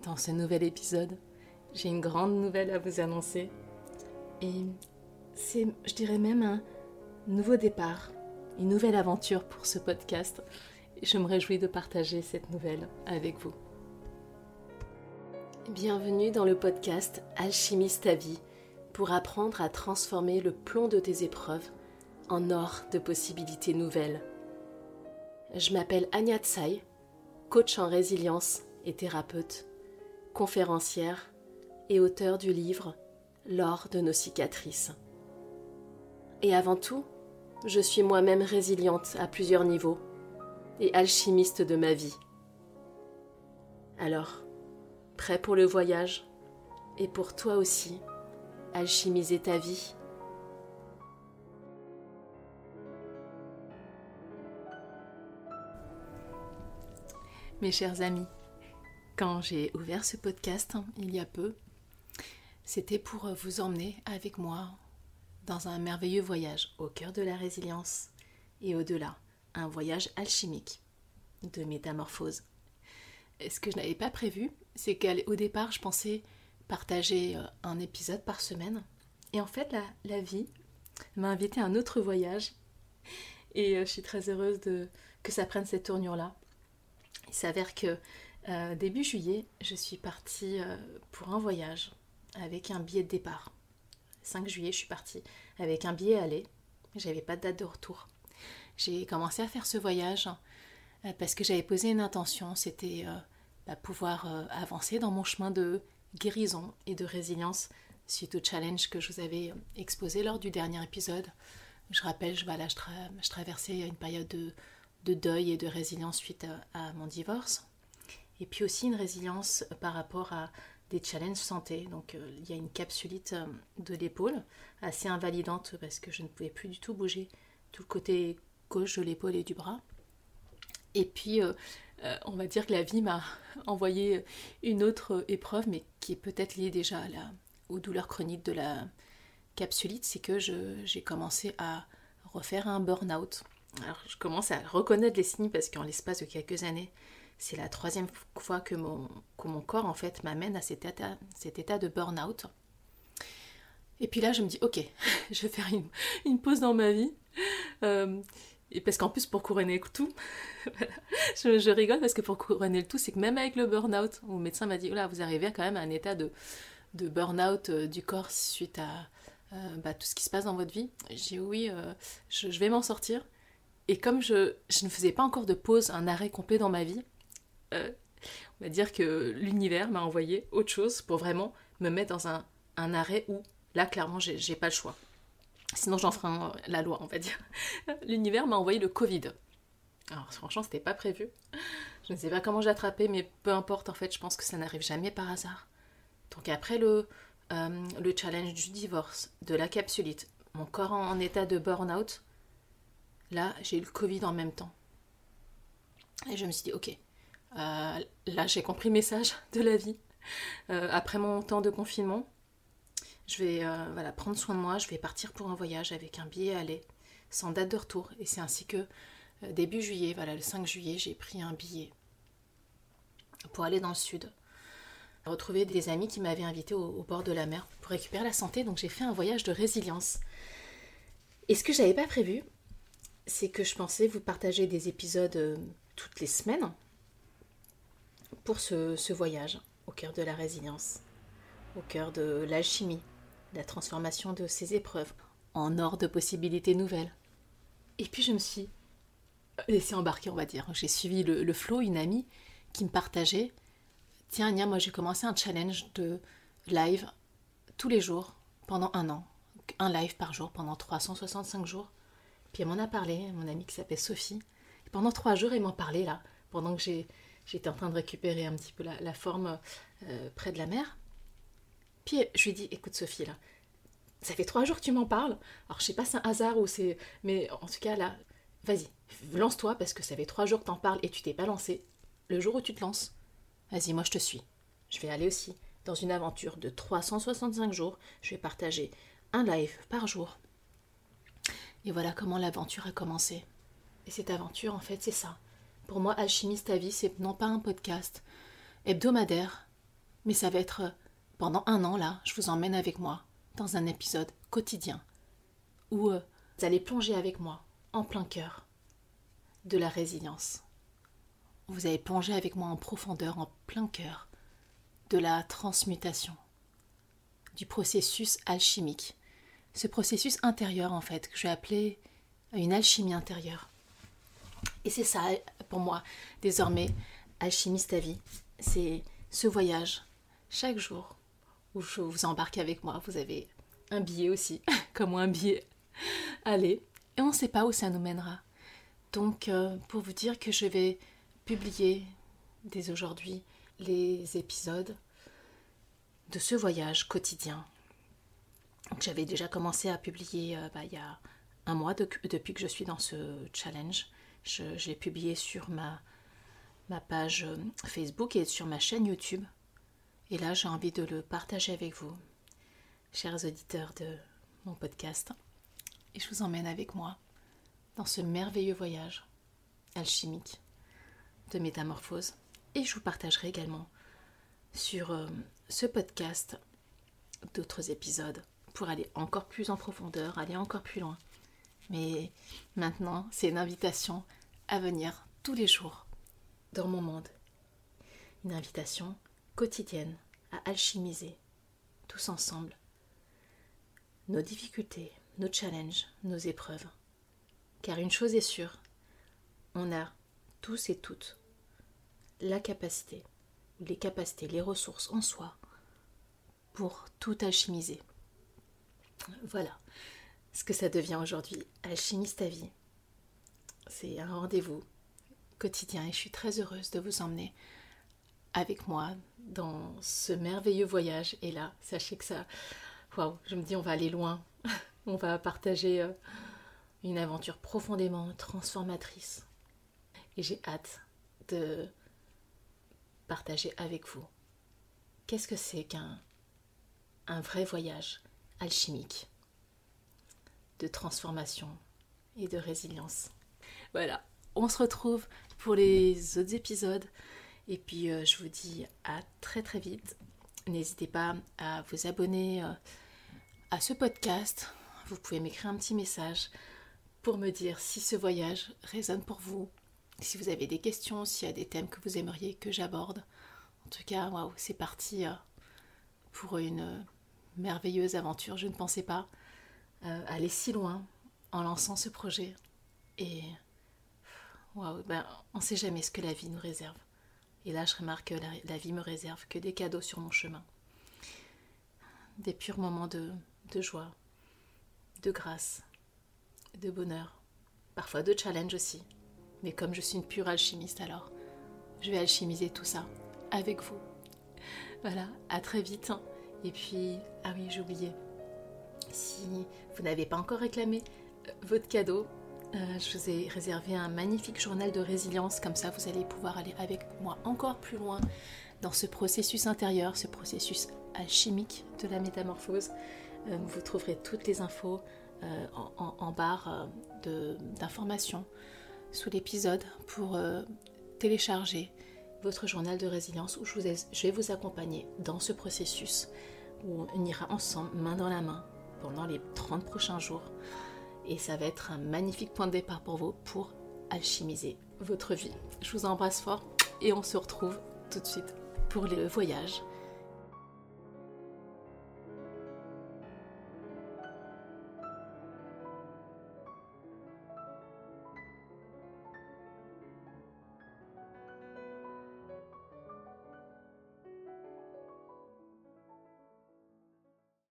Dans ce nouvel épisode, j'ai une grande nouvelle à vous annoncer. Et c'est, je dirais même, un nouveau départ, une nouvelle aventure pour ce podcast. Et je me réjouis de partager cette nouvelle avec vous. Bienvenue dans le podcast Alchimiste ta vie, pour apprendre à transformer le plomb de tes épreuves en or de possibilités nouvelles. Je m'appelle Anya Tsai, coach en résilience et thérapeute, conférencière et auteure du livre L'or de nos cicatrices. Et avant tout, je suis moi-même résiliente à plusieurs niveaux et alchimiste de ma vie. Alors, prêt pour le voyage et pour toi aussi, alchimiser ta vie? Mes chers amis, quand j'ai ouvert ce podcast il y a peu, c'était pour vous emmener avec moi dans un merveilleux voyage au cœur de la résilience et au-delà, un voyage alchimique de métamorphose. Et ce que je n'avais pas prévu, c'est qu'au départ, je pensais partager un épisode par semaine. Et en fait, la vie m'a invité à un autre voyage et je suis très heureuse que ça prenne cette tournure-là. Il s'avère que début juillet, je suis partie pour un voyage avec un billet de départ. 5 juillet, je suis partie avec un billet aller. J'avais pas de date de retour. J'ai commencé à faire ce voyage parce que j'avais posé une intention, c'était pouvoir avancer dans mon chemin de guérison et de résilience suite au challenge que je vous avais exposé lors du dernier épisode. Je rappelle, je traversais une période de deuil et de résilience suite à mon divorce. Et puis aussi une résilience par rapport à des challenges santé. Donc il y a une capsulite de l'épaule assez invalidante parce que je ne pouvais plus du tout bouger tout le côté gauche de l'épaule et du bras. Et puis on va dire que la vie m'a envoyé une autre épreuve, mais qui est peut-être liée déjà aux douleurs chroniques de la capsulite, c'est que j'ai commencé à refaire un burn-out. Alors je commence à reconnaître les signes parce qu'en l'espace de quelques années, c'est la 3e fois que mon corps en fait m'amène à cet état de burn-out. Et puis là je me dis ok, je vais faire une pause dans ma vie. Et parce qu'en plus pour couronner le tout, je rigole parce que pour couronner le tout, c'est que même avec le burn-out, mon médecin m'a dit, vous arrivez quand même à un état de burn-out du corps suite à tout ce qui se passe dans votre vie. J'ai dit oui, je vais m'en sortir. Et comme je ne faisais pas encore de pause, un arrêt complet dans ma vie, on va dire que l'univers m'a envoyé autre chose pour vraiment me mettre dans un arrêt où, là, clairement, j'ai pas le choix. Sinon, j'enfreins la loi, on va dire. L'univers m'a envoyé le Covid. Alors, franchement, c'était pas prévu. Je ne sais pas comment j'ai attrapé, mais peu importe, en fait, je pense que ça n'arrive jamais par hasard. Donc, après le challenge du divorce, de la capsulite, mon corps en état de burn-out, là, j'ai eu le Covid en même temps. Et je me suis dit, ok, là, j'ai compris le message de la vie. Après mon temps de confinement, je vais prendre soin de moi, je vais partir pour un voyage avec un billet aller, sans date de retour. Et c'est ainsi que, début juillet, le 5 juillet, j'ai pris un billet pour aller dans le sud, retrouver des amis qui m'avaient invité au bord de la mer pour récupérer la santé. Donc j'ai fait un voyage de résilience. Et ce que je n'avais pas prévu, c'est que je pensais vous partager des épisodes toutes les semaines pour ce voyage au cœur de la résilience, au cœur de l'alchimie, de la transformation de ces épreuves en or de possibilités nouvelles. Et puis je me suis laissée embarquer, on va dire. J'ai suivi le flow, une amie qui me partageait, tiens Anya, moi j'ai commencé un challenge de live tous les jours pendant 1 an, un live par jour pendant 365 jours. Puis elle m'en a parlé, mon amie qui s'appelle Sophie. Et pendant 3 jours, elle m'en parlait là, pendant que j'étais en train de récupérer un petit peu la forme près de la mer. Puis je lui ai dit, écoute Sophie, là, ça fait 3 jours que tu m'en parles. Alors je sais pas si c'est un hasard ou c'est... Mais en tout cas là, vas-y, lance-toi parce que ça fait 3 jours que t'en parles et tu t'es pas lancé. Le jour où tu te lances, vas-y, moi je te suis. Je vais aller aussi dans une aventure de 365 jours. Je vais partager un live par jour. Et voilà comment l'aventure a commencé. Et cette aventure, en fait, c'est ça. Pour moi, Alchimiste ta vie, c'est non pas un podcast hebdomadaire, Mais ça va être pendant 1 an là, je vous emmène avec moi dans un épisode quotidien où vous allez plonger avec moi en plein cœur de la résilience. Vous allez plonger avec moi en profondeur, en plein cœur de la transmutation, du processus alchimique. Ce processus intérieur en fait, que je vais appeler une alchimie intérieure. Et c'est ça pour moi, désormais, Alchimiste à vie. C'est ce voyage, chaque jour, où je vous embarque avec moi. Vous avez un billet aussi, comme moi un billet. Allez, et on ne sait pas où ça nous mènera. Donc, pour vous dire que je vais publier dès aujourd'hui les épisodes de ce voyage quotidien. Donc, j'avais déjà commencé à publier il y a 1 mois depuis que je suis dans ce challenge. Je l'ai publié sur ma page Facebook et sur ma chaîne YouTube. Et là, j'ai envie de le partager avec vous, chers auditeurs de mon podcast. Et je vous emmène avec moi dans ce merveilleux voyage alchimique de métamorphose. Et je vous partagerai également sur ce podcast d'autres épisodes pour aller encore plus en profondeur, aller encore plus loin. Mais maintenant, c'est une invitation à venir tous les jours dans mon monde. Une invitation quotidienne à alchimiser tous ensemble nos difficultés, nos challenges, nos épreuves. Car une chose est sûre, on a tous et toutes la capacité, les capacités, les ressources en soi pour tout alchimiser. Voilà ce que ça devient aujourd'hui, Alchimiste à vie. C'est un rendez-vous quotidien et je suis très heureuse de vous emmener avec moi dans ce merveilleux voyage. Et là, sachez que ça, waouh, je me dis on va aller loin, on va partager une aventure profondément transformatrice. Et j'ai hâte de partager avec vous qu'est-ce que c'est qu'un vrai voyage alchimique de transformation et de résilience. Voilà, on se retrouve pour les autres épisodes et puis je vous dis à très très vite. N'hésitez pas à vous abonner à ce podcast. Vous pouvez m'écrire un petit message pour me dire si ce voyage résonne pour vous, si vous avez des questions, s'il y a des thèmes que vous aimeriez que j'aborde. En tout cas, waouh, c'est parti pour une merveilleuse aventure. Je ne pensais pas aller si loin en lançant ce projet. Et waouh, on ne sait jamais ce que la vie nous réserve. Et là, je remarque que la vie me réserve que des cadeaux sur mon chemin. Des purs moments de joie, de grâce, de bonheur, parfois de challenge aussi. Mais comme je suis une pure alchimiste, alors je vais alchimiser tout ça avec vous. Voilà, à très vite. Et puis, ah oui, j'ai oublié. Si vous n'avez pas encore réclamé votre cadeau, je vous ai réservé un magnifique journal de résilience. Comme ça, vous allez pouvoir aller avec moi encore plus loin dans ce processus intérieur, ce processus alchimique de la métamorphose. Vous trouverez toutes les infos en barre d'informations sous l'épisode pour télécharger votre journal de résilience où je vais vous accompagner dans ce processus où on ira ensemble, main dans la main, pendant les 30 prochains jours. Et ça va être un magnifique point de départ pour vous pour alchimiser votre vie. Je vous embrasse fort et on se retrouve tout de suite pour le voyage